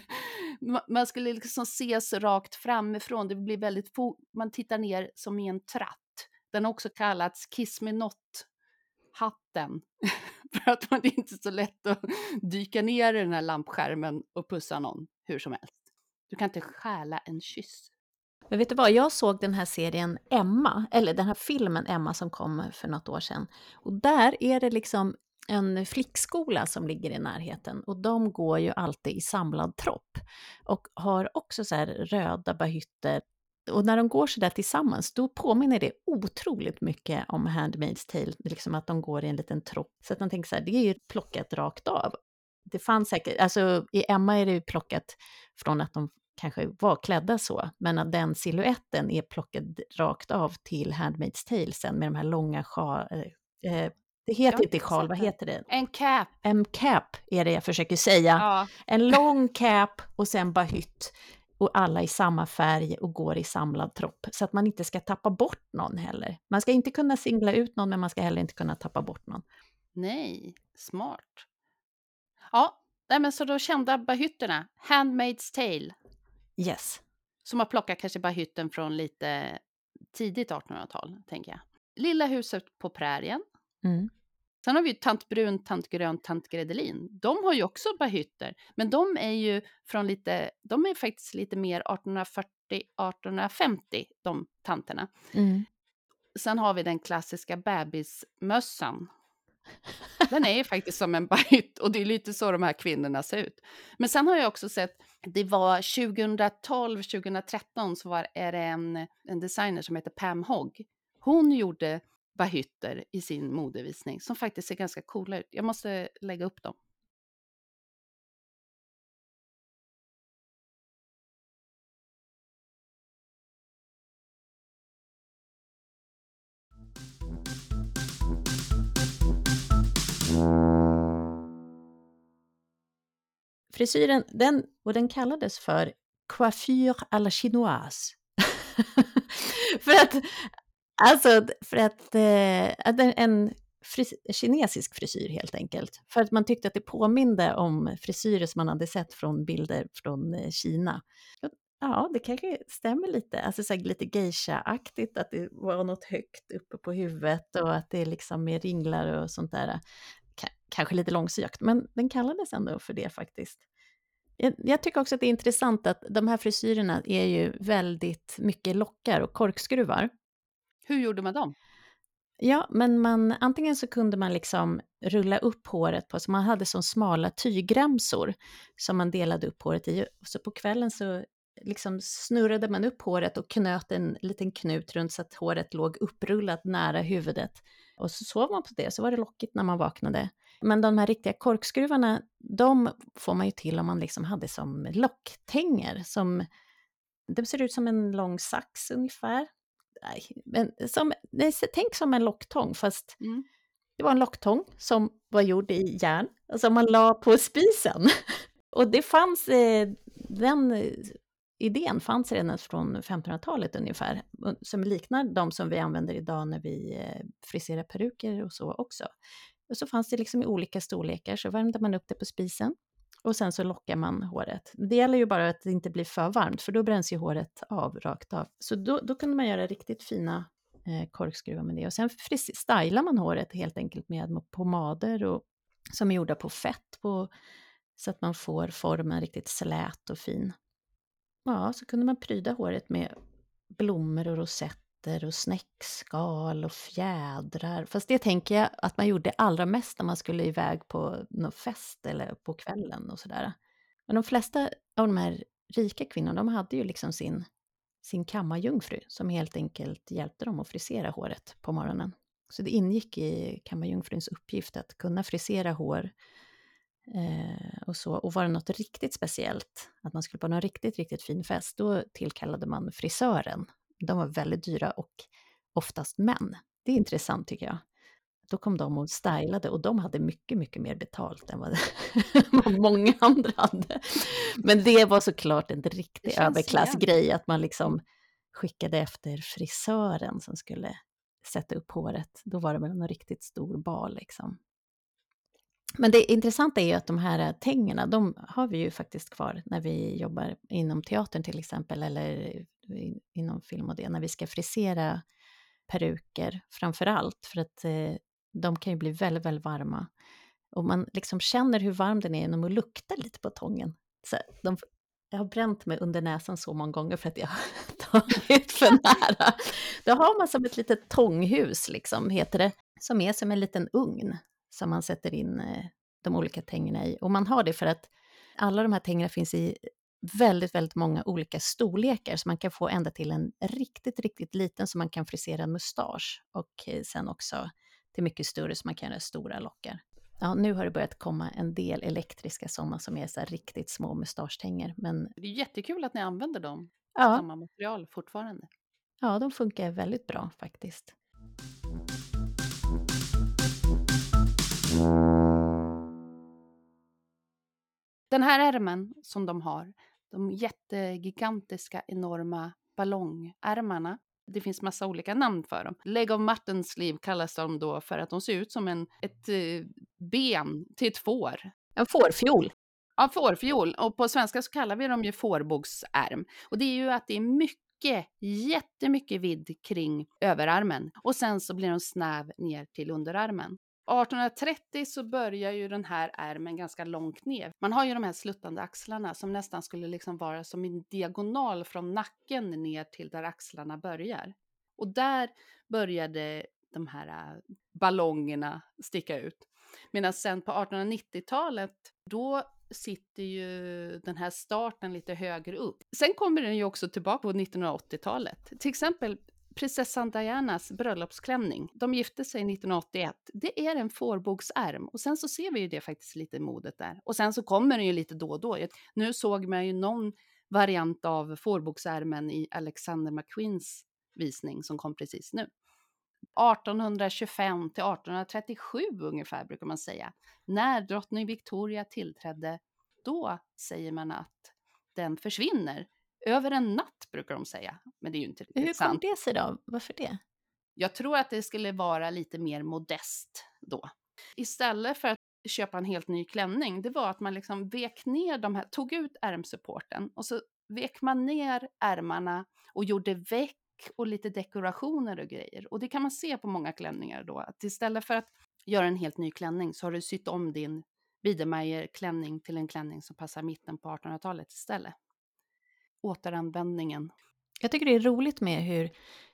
man skulle liksom ses rakt framifrån. Det blir väldigt fo- man tittar ner som i en tratt. Den har också kallats Kiss Me Not-hatten. För att man är inte så lätt att dyka ner i den här lampskärmen och pussa någon hur som helst. Du kan inte stjäla en kyss. Men vet du vad, jag såg den här serien Emma, eller den här filmen Emma som kom för något år sedan. Och där är det liksom en flickskola som ligger i närheten. Och de går ju alltid i samlad tropp. Och har också så här röda bahytter. Och när de går så där tillsammans, då påminner det otroligt mycket om Handmaid's Tale. Liksom att de går i en liten tropp. Så att man tänker så här, det är ju plockat rakt av. Det fanns säkert, alltså i Emma är det ju plockat från att de kanske var klädda så, men att den siluetten är plockad rakt av till Handmaid's Tale sen med de här långa sjal, eh, det heter inte sjal, vad heter det? En cap. En cap är det jag försöker säga. Ja. En lång cap och sen bahytt. och alla i samma färg och går i samlad tropp. Så att man inte ska tappa bort någon heller. Man ska inte kunna singla ut någon, men man ska heller inte kunna tappa bort någon. Nej, smart. Ja, nej, men så då kända bahytterna, Handmaid's Tale, Yes. som har plockat kanske bahytten från lite tidigt artonhundratal, tänker jag. Lilla huset på prärien. Mm. Sen har vi ju Tant Brun, Tant Grön, Tant Gredelin. De har ju också bahytter, men de är ju från lite, de är faktiskt lite mer artonhundrafyrtio artonhundrafemtio, de tanterna. Mm. Sen har vi den klassiska bebismössan. Den är ju faktiskt som en bahytt, och det är lite så de här kvinnorna ser ut. Men sen har jag också sett, det var tjugotolv tjugotretton, så var är det en, en designer som heter Pam Hogg. Hon gjorde bahytter i sin modevisning som faktiskt ser ganska coola ut. Jag måste lägga upp dem. Frisyren, den, och den kallades för coiffure à la chinoise. för att, alltså, för att, eh, att en, en fris, kinesisk frisyr helt enkelt. För att man tyckte att det påminde om frisyrer som man hade sett från bilder från eh, Kina. Ja, det kanske stämmer lite. Alltså så här, lite geisha-aktigt, att det var något högt uppe på huvudet och att det är liksom med ringlar och sånt där. K- kanske lite långsökt, men den kallades ändå för det faktiskt. Jag, jag tycker också att det är intressant att de här frisyrerna är ju väldigt mycket lockar och korkskruvar. Hur gjorde man dem? Ja, men man, antingen så kunde man liksom rulla upp håret på, så man hade så smala tygremsor som man delade upp håret i. Så på kvällen så liksom snurrade man upp håret och knöt en liten knut runt så att håret låg upprullat nära huvudet. Och så sov man på det, så var det lockigt när man vaknade. Men de här riktiga korkskruvarna, de får man ju till om man liksom hade som locktänger. Som, de ser ut som en lång sax ungefär. Nej, men som, nej, tänk som en locktång, fast Mm. det var en locktång som var gjord i järn, och som man la på spisen. Och det fanns, eh, den idén fanns redan från femtonhundratalet ungefär, som liknar de som vi använder idag när vi eh, friserar peruker och så också. Och så fanns det liksom i olika storlekar, så värmde man upp det på spisen. Och sen så lockar man håret. Det gäller ju bara att det inte blir för varmt, för då bränns ju håret av, rakt av. Så då, då kunde man göra riktigt fina eh, korkskruvar med det. Och sen fris- stylar man håret helt enkelt med pomader och, som är gjorda på fett, på, så att man får formen riktigt slät och fin. Ja, så kunde man pryda håret med blommor och rosetter och snäckskal och fjädrar. Fast det tänker jag att man gjorde allra mest när man skulle iväg på någon fest eller på kvällen och sådär. Men de flesta av de här rika kvinnorna, de hade ju liksom sin, sin kammarjungfru som helt enkelt hjälpte dem att frisera håret på morgonen. Så det ingick i kammarjungfruns uppgift att kunna frisera hår. Eh, och så, och var det något riktigt speciellt, att man skulle på någon riktigt, riktigt fin fest, då tillkallade man frisören. De var väldigt dyra och oftast män. Det är intressant tycker jag. Då kom de och stylade, och de hade mycket, mycket mer betalt än vad, vad många andra hade. Men det var såklart en riktig överklassgrej, att man liksom skickade efter frisören som skulle sätta upp håret. Då var det väl en riktigt stor bal liksom. Men det intressanta är ju att de här tängerna, de har vi ju faktiskt kvar när vi jobbar inom teatern till exempel, eller inom film och det, när vi ska frisera peruker framför allt, för att eh, de kan ju bli väldigt, väldigt varma. Och man liksom känner hur varm den är genom att lukta lite på tången. Så de, jag har bränt mig under näsan så många gånger för att jag har tagit för nära. Då har man som ett litet tånghus, liksom, heter det, som är som en liten ugn som man sätter in eh, de olika tängerna i. Och man har det för att alla de här tängerna finns i väldigt, väldigt många olika storlekar, så man kan få ända till en riktigt, riktigt liten som man kan frisera en mustasch, och eh, sen också till mycket större som man kan göra stora lockar. Ja, nu har det börjat komma en del elektriska sådana som är så här riktigt små mustaschtänger. Men Det är jättekul att ni använder dem, ja, samma material fortfarande. ja, de funkar väldigt bra faktiskt. Den här ärmen som de har, de jättegigantiska, enorma ballongärmarna. Det finns massa olika namn för dem. Leg of mutton sleeve kallas de då för att de ser ut som en, ett eh, ben till ett får. En fårfiol. Ja, fårfiol. Och på svenska så kallar vi dem ju fårbogsärm. Och det är ju att det är mycket, jättemycket vidd kring överarmen. Och sen så blir de snäv ner till underarmen. arton trettio så börjar ju den här ärmen ganska långt ner. Man har ju de här sluttande axlarna som nästan skulle liksom vara som en diagonal från nacken ner till där axlarna börjar. Och där började de här äh, ballongerna sticka ut. Medan sen på artonhundranittiotalet då sitter ju den här starten lite högre upp. Sen kommer den ju också tillbaka på nittonhundraåttiotalet. Till exempel prinsessan Dianas bröllopsklänning. De gifte sig nittonhundraåttioett. Det är en fårbogsärm. Och sen så ser vi ju det faktiskt lite i modet där. Och sen så kommer den ju lite då och då. Nu såg man ju någon variant av fårbogsärmen i Alexander McQueens visning som kom precis nu. artonhundratjugofem till artonhundratrettiosju ungefär brukar man säga. När drottning Victoria tillträdde, då säger man att den försvinner. Över en natt brukar de säga. Men det är ju inte riktigt Hur sant. kom det sig då? Varför det? Jag tror att det skulle vara lite mer modest då. Istället för att köpa en helt ny klänning, det var att man liksom vek ner de här, tog ut ärmsupporten och så vek man ner ärmarna och gjorde väck och lite dekorationer och grejer. Och det kan man se på många klänningar då, att istället för att göra en helt ny klänning så har du sytt om din Biedermeier-klänning till en klänning som passar mitten på artonhundratalet istället. Återanvändningen. Jag tycker det är roligt med hur,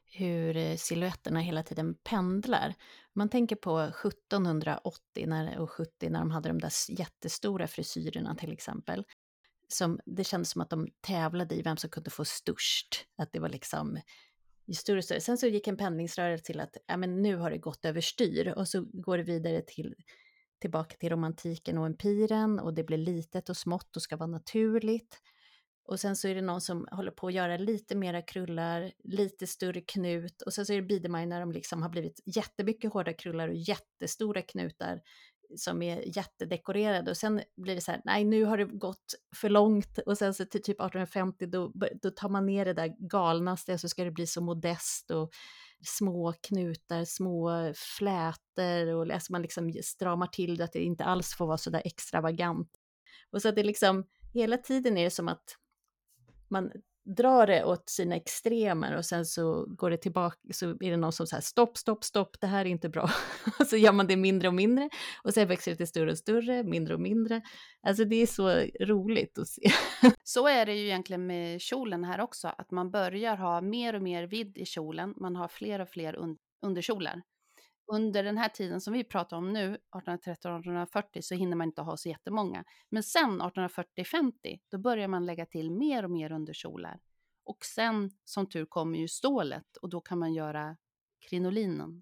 hur silhuetterna hela tiden pendlar. Man tänker på sjuttonhundraåttio när, och sjuttio när de hade de där jättestora frisyrerna till exempel. Som, det kändes som att de tävlade i vem som kunde få störst. Att det var liksom större och större. Sen så gick en pendlingsrörelse till att ja, men nu har det gått överstyr. Och så går det vidare till, tillbaka till romantiken och empiren. Och det blir litet och smått och ska vara naturligt. Och sen så är det någon som håller på att göra lite mera krullar, lite större knut. Och sen så är det Biedermeier när de liksom har blivit jättemycket hårda krullar och jättestora knutar som är jättedekorerade. Och sen blir det så här, nej nu har det gått för långt. Och sen så till typ artonhundrafemtio då, då tar man ner det där galnaste och så ska det bli så modest och små knutar, små flätor. Och alltså man liksom stramar till det att det inte alls får vara så där extravagant. Och så att det liksom, hela tiden är det som att man drar det åt sina extremer och sen så går det tillbaka, så är det någon som säger stopp, stopp, stopp, det här är inte bra. Och så gör man det mindre och mindre och sen växer det till större och större, mindre och mindre. Alltså det är så roligt att se. Så är det ju egentligen med kjolen här också, att man börjar ha mer och mer vidd i kjolen, man har fler och fler un- underkjolar. Under den här tiden som vi pratar om nu, artonhundratrettio till artonhundrafyrtio, så hinner man inte ha så jättemånga. Men sen artonhundrafyrtio till femtio, då börjar man lägga till mer och mer underkjolar. Och sen, som tur kommer ju stålet, och då kan man göra krinolinen.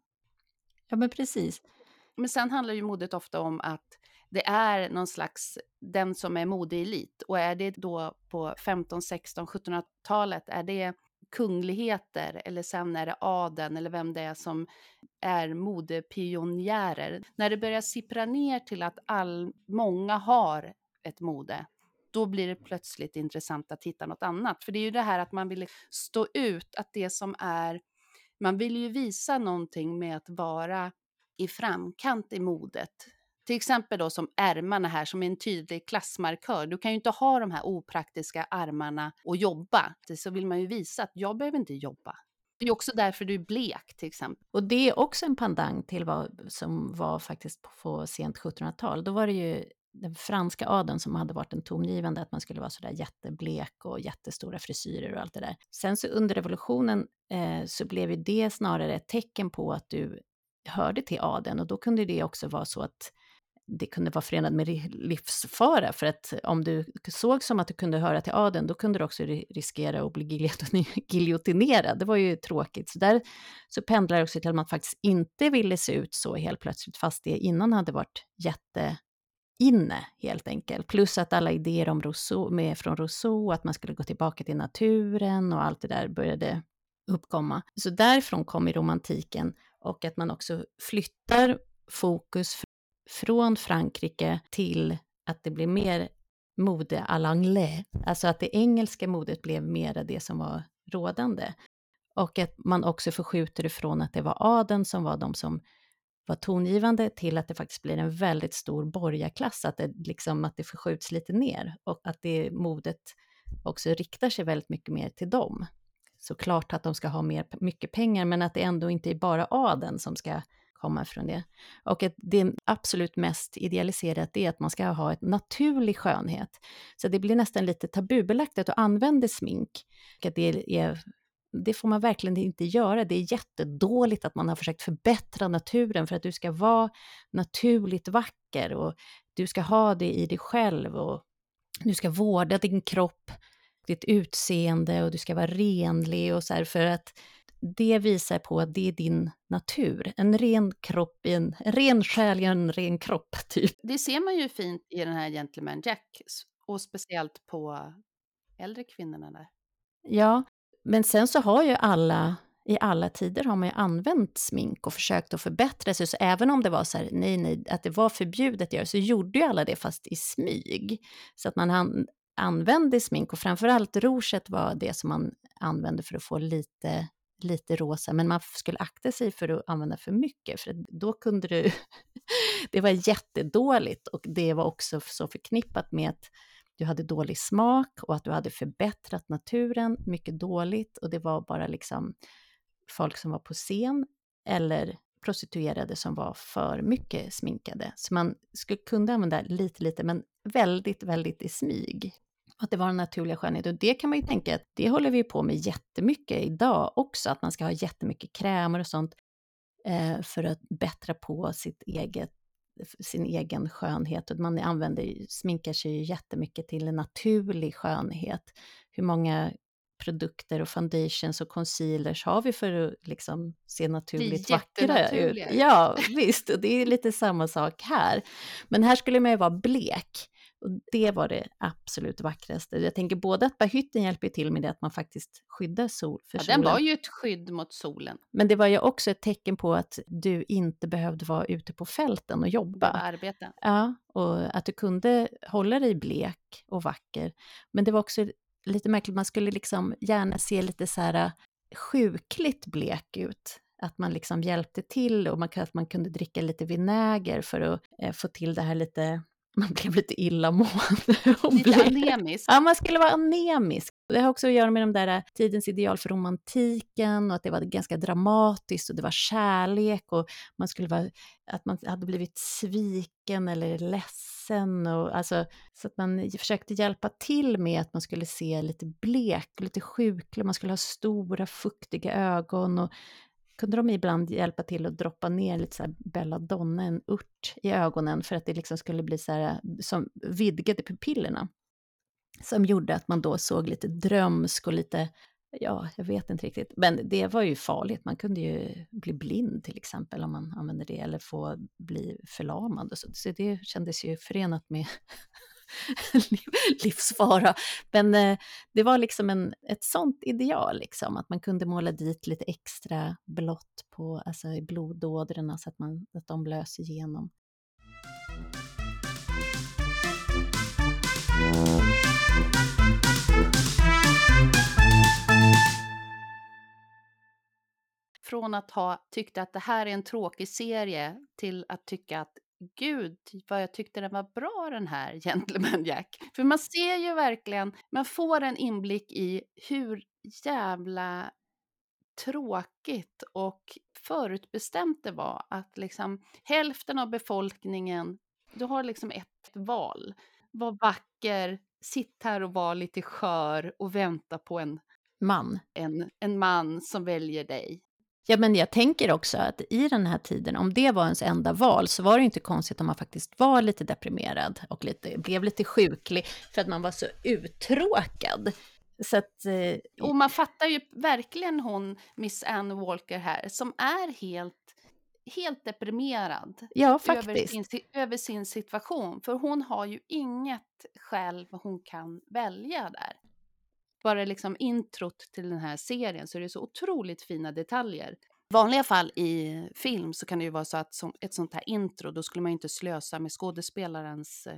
Ja men precis. Men sen handlar ju modet ofta om att det är någon slags, den som är modeelit. Och är det då på femton-, sexton-, sjuttonhundratalet, är det kungligheter eller sen är det adeln eller vem det är som är modepionjärer. När det börjar sippra ner till att all, många har ett mode, då blir det plötsligt intressant att hitta något annat. För det är ju det här att man vill stå ut, att det som är, man vill ju visa någonting med att vara i framkant i modet. Till exempel då som ärmarna här som är en tydlig klassmarkör. Du kan ju inte ha de här opraktiska armarna och jobba. Så vill man ju visa att jag behöver inte jobba. Det är också därför du är blek till exempel. Och det är också en pendang till vad som var faktiskt på sent sjuttonhundratal. Då var det ju den franska adeln som hade varit en tongivande att man skulle vara sådär jätteblek och jättestora frisyrer och allt det där. Sen så under revolutionen eh, så blev ju det snarare ett tecken på att du hörde till adeln och då kunde det också vara så att det kunde vara förenat med livsfara, för att om du såg som att du kunde höra till adeln, då kunde du också riskera att bli giljotinerad. Det var ju tråkigt. Så där så pendlar det också till att man faktiskt inte ville se ut så helt plötsligt, fast det innan hade varit jätteinne helt enkelt. Plus att alla idéer om Rousseau, med från Rousseau, att man skulle gå tillbaka till naturen och allt det där började uppkomma. Så därifrån kom i romantiken, och att man också flyttar fokus från Frankrike till att det blir mer mode à l'anglais. Alltså att det engelska modet blev mera det som var rådande. Och att man också förskjuter ifrån att det var adeln som var de som var tongivande till att det faktiskt blir en väldigt stor borgarklass. Att det, liksom, att det förskjuts lite ner. Och att det modet också riktar sig väldigt mycket mer till dem. Såklart att de ska ha mer, mycket pengar, men att det ändå inte är bara adeln som ska komma från det. Och att det absolut mest idealiserat är att man ska ha ett naturlig skönhet. Så det blir nästan lite tabubelagt att använda smink. Och att det, är, det får man verkligen inte göra. Det är jättedåligt att man har försökt förbättra naturen för att du ska vara naturligt vacker och du ska ha det i dig själv och du ska vårda din kropp, ditt utseende och du ska vara renlig och så här, för att det visar på att det är din natur. En ren kropp, i en, en ren själ i en ren kropp typ. Det ser man ju fint i den här Gentleman Jack och speciellt på äldre kvinnorna där. Ja, men sen så har ju alla, i alla tider har man ju använt smink och försökt att förbättra sig. Så även om det var så här, nej, nej, att det var förbjudet att göra, så gjorde ju alla det fast i smyg. Så att man an, använde smink och framförallt rouget var det som man använde för att få lite, lite rosa. Men man skulle akta sig för att använda för mycket, för då kunde du... det var jättedåligt och det var också så förknippat med att du hade dålig smak och att du hade förbättrat naturen mycket dåligt och det var bara liksom folk som var på scen eller prostituerade som var för mycket sminkade. Så man skulle kunna använda lite, lite men väldigt, väldigt i smyg. Att det var en naturlig skönhet. Och det kan man ju tänka att det håller vi på med jättemycket idag också. Att man ska ha jättemycket krämer och sånt eh, för att bättra på sitt eget, sin egen skönhet. Och man använder, sminkar sig ju jättemycket till en naturlig skönhet. Hur många produkter och foundations och concealers har vi för att liksom se naturligt vackra ut? Ja, visst. Och det är lite samma sak här. Men här skulle man ju vara blek. Och det var det absolut vackraste. Jag tänker både att Bahytten hjälper till med det, att man faktiskt skyddar sol för ja, solen. Den var ju ett skydd mot solen. Men det var ju också ett tecken på att du inte behövde vara ute på fälten och jobba. Arbeta. Ja, och att du kunde hålla dig blek och vacker. Men det var också lite märkligt, man skulle liksom gärna se lite så här sjukligt blek ut. Att man liksom hjälpte till och man, att man kunde dricka lite vinäger för att eh, få till det här lite... Man blev lite illamående. Lite blev... anemisk. Ja, man skulle vara anemisk. Det har också att göra med de där tidens ideal för romantiken och att det var ganska dramatiskt och det var kärlek och man skulle vara, att man hade blivit sviken eller ledsen och alltså, så att man försökte hjälpa till med att man skulle se lite blek, lite sjuklig, man skulle ha stora fuktiga ögon och kunde de ibland hjälpa till att droppa ner lite så här belladonna, en ört i ögonen för att det liksom skulle bli så här som vidgade pupillerna. Som gjorde att man då såg lite drömsk och lite, ja, jag vet inte riktigt. Men det var ju farligt, man kunde ju bli blind till exempel om man använde det eller få bli förlamad och så. Så det kändes ju förenat med livsfara. Men eh, det var liksom en, ett sånt ideal liksom, att man kunde måla dit lite extra blått på, alltså i blodådrorna så att, man, att de löser igenom. Från att ha tyckt att det här är en tråkig serie till att tycka att gud, vad jag tyckte den var bra den här Gentleman Jack. För man ser ju verkligen, man får en inblick i hur jävla tråkigt och förutbestämt det var att liksom hälften av befolkningen, du har liksom ett val. Var vacker, sitt här och var lite skör och vänta på en man. En, en man som väljer dig. Ja, men jag tänker också att i den här tiden, om det var ens enda val, så var det inte konstigt om man faktiskt var lite deprimerad och lite, blev lite sjuklig för att man var så uttråkad. Så att, eh... och man fattar ju verkligen hon, Miss Anne Walker här, som är helt, helt deprimerad ja, faktiskt. Över, sin, över sin situation. För hon har ju inget själv hon kan välja där. Bara liksom introt till den här serien så är det så otroligt fina detaljer. I vanliga fall i film så kan det ju vara så att som ett sånt här intro, då skulle man ju inte slösa med skådespelarens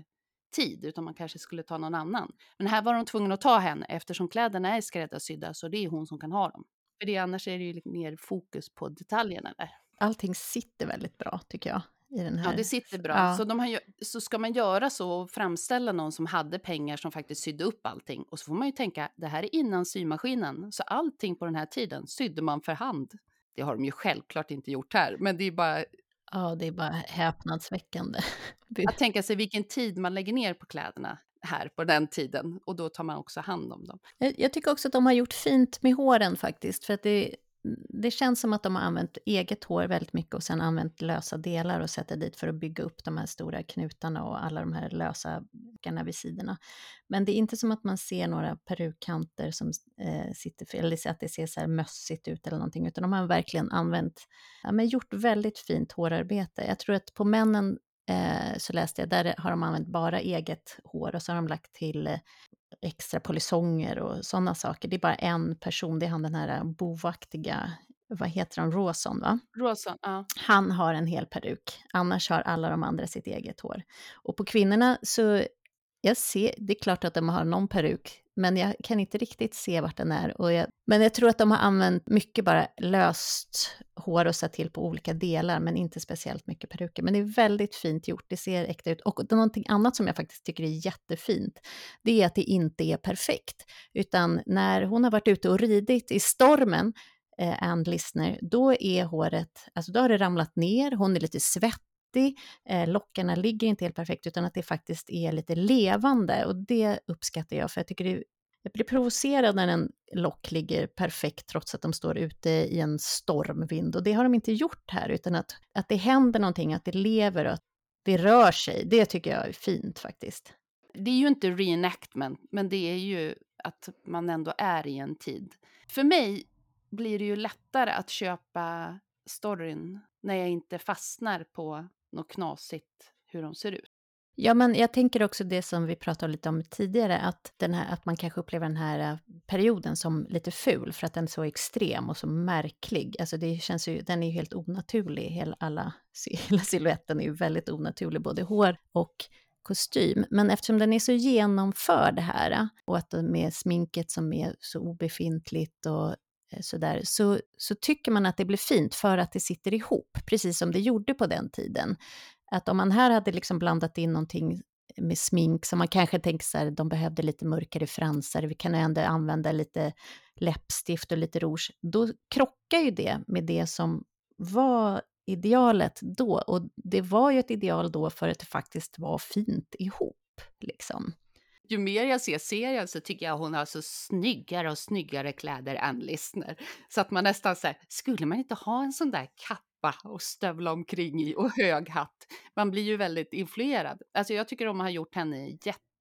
tid, utan man kanske skulle ta någon annan. Men här var de tvungna att ta henne eftersom kläderna är skräddarsydda, så det är hon som kan ha dem. För det, annars är det ju lite mer fokus på detaljerna där. Allting sitter väldigt bra tycker jag i den här. Ja, det sitter bra. Ja. Så, de har ju, så ska man göra så och framställa någon som hade pengar som faktiskt sydde upp allting. Och så får man ju tänka, det här är innan symaskinen. Så allting på den här tiden sydde man för hand. Det har de ju självklart inte gjort här. Men det är bara Ja, det är bara häpnadsväckande. att tänka sig vilken tid man lägger ner på kläderna här på den tiden. Och då tar man också hand om dem. Jag, jag tycker också att de har gjort fint med håren faktiskt. För att det, det känns som att de har använt eget hår väldigt mycket och sen använt lösa delar och sätter dit för att bygga upp de här stora knutarna och alla de här lösa garna vid sidorna. Men det är inte som att man ser några perukkanter som eh, sitter fel, eller att det ser så här mössigt ut eller någonting, utan de har verkligen använt, ja, men gjort väldigt fint hårarbete. Jag tror att på männen eh, så läste jag, där har de använt bara eget hår och så har de lagt till eh, extra polisonger och sådana saker. Det är bara en person, det är han den här bovaktiga, vad heter han, Rawson va? Rawson, ja. Han har en hel peruk, annars har alla de andra sitt eget hår. Och på kvinnorna så, jag ser, det är klart att de har någon peruk, men jag kan inte riktigt se vart den är. Och jag, men jag tror att de har använt mycket bara löst hår och satt till på olika delar, men inte speciellt mycket peruker. Men det är väldigt fint gjort, det ser äkta ut. Och någonting annat som jag faktiskt tycker är jättefint, det är att det inte är perfekt. Utan när hon har varit ute och ridit i stormen, eh, Ann Lisner, då är håret, alltså då har det ramlat ner, hon är lite svettig. Eh, lockarna ligger inte helt perfekt utan att det faktiskt är lite levande och det uppskattar jag för jag tycker det, jag blir provocerad när en lock ligger perfekt trots att de står ute i en stormvind och det har de inte gjort här utan att, att det händer någonting, att det lever och att det rör sig, det tycker jag är fint faktiskt. Det är ju inte reenactment, men det är ju att man ändå är i en tid. För mig blir det ju lättare att köpa storyn när jag inte fastnar på något knasigt hur de ser ut. Ja, men jag tänker också det som vi pratade lite om tidigare, att, den här, att man kanske upplever den här perioden som lite ful för att den är så extrem och så märklig. Alltså det känns ju, den är ju helt onaturlig, hela, alla, hela siluetten är ju väldigt onaturlig, både hår och kostym. Men eftersom den är så genomförd här och att med sminket som är så obefintligt och sådär, så, så tycker man att det blir fint för att det sitter ihop, precis som det gjorde på den tiden. Att om man här hade liksom blandat in någonting med smink som man kanske tänker så här, de behövde lite mörkare fransar, vi kan ändå använda lite läppstift och lite rouge, då krockar ju det med det som var idealet då, och det var ju ett ideal då för att det faktiskt var fint ihop liksom. Ju mer jag ser serien så tycker jag hon har så snyggare och snyggare kläder än Lisner. Så att man nästan säger, skulle man inte ha en sån där kappa och stövla omkring i och hög hatt? Man blir ju väldigt influerad. Alltså jag tycker de har gjort henne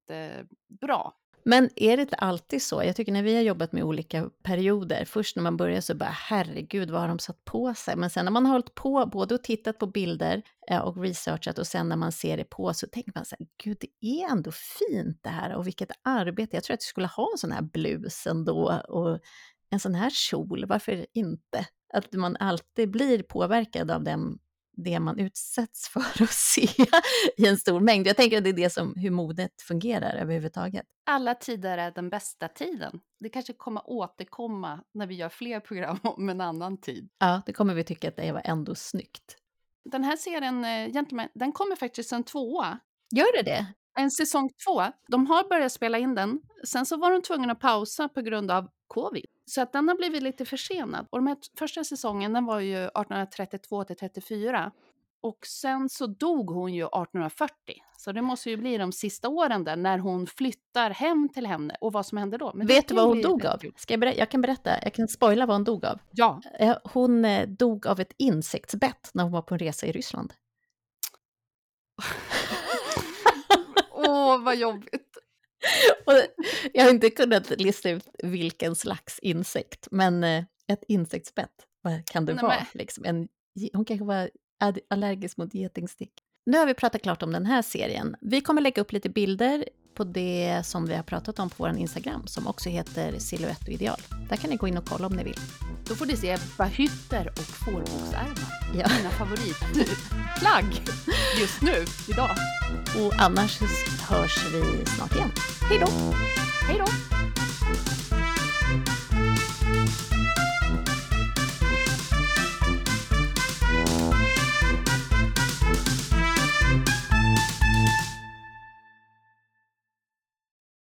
jättebra. Men är det inte alltid så? Jag tycker när vi har jobbat med olika perioder, först när man börjar så bara herregud vad har de satt på sig? Men sen när man har hållit på både och tittat på bilder och researchat och sen när man ser det på så tänker man så här, gud det är ändå fint det här och vilket arbete. Jag tror att jag skulle ha en sån här blus ändå och en sån här kjol, varför inte? Att man alltid blir påverkad av den, det man utsätts för att se i en stor mängd. Jag tänker att det är det som hur modet fungerar överhuvudtaget. Alla tider är den bästa tiden. Det kanske kommer återkomma när vi gör fler program om en annan tid. Ja, det kommer vi tycka att det var ändå snyggt. Den här serien, Gentlemen, den kommer faktiskt en tvåa. Gör det det? En säsong två. De har börjat spela in den. Sen så var de tvungna att pausa på grund av covid. Så att den har blivit lite försenad. Och den här första säsongen den var ju arton trettiotvå till trettiofyra. Och sen så dog hon ju arton fyrtio. Så det måste ju bli de sista åren där när hon flyttar hem till henne. Och vad som händer då. Men vet du vad hon dog av? Ska jag, berätta? jag kan berätta, jag kan spoila vad hon dog av. Ja. Hon dog av ett insektsbett när hon var på en resa i Ryssland. Åh, oh, vad jobbigt. Och jag har inte kunnat lista ut vilken slags insekt, men ett insektsbett, vad kan det Nej, vara? Liksom en, hon kanske var allergisk mot getingstick. Nu har vi pratat klart om den här serien. Vi kommer lägga upp lite bilder på det som vi har pratat om på vår Instagram, som också heter Silhouette och ideal. Där kan ni gå in och kolla om ni vill. Då får ni se bahytter och fårbogsärmar. Ja. Mina favoritplagg just nu, idag. Och annars hörs vi snart igen. Hej då! Hej då!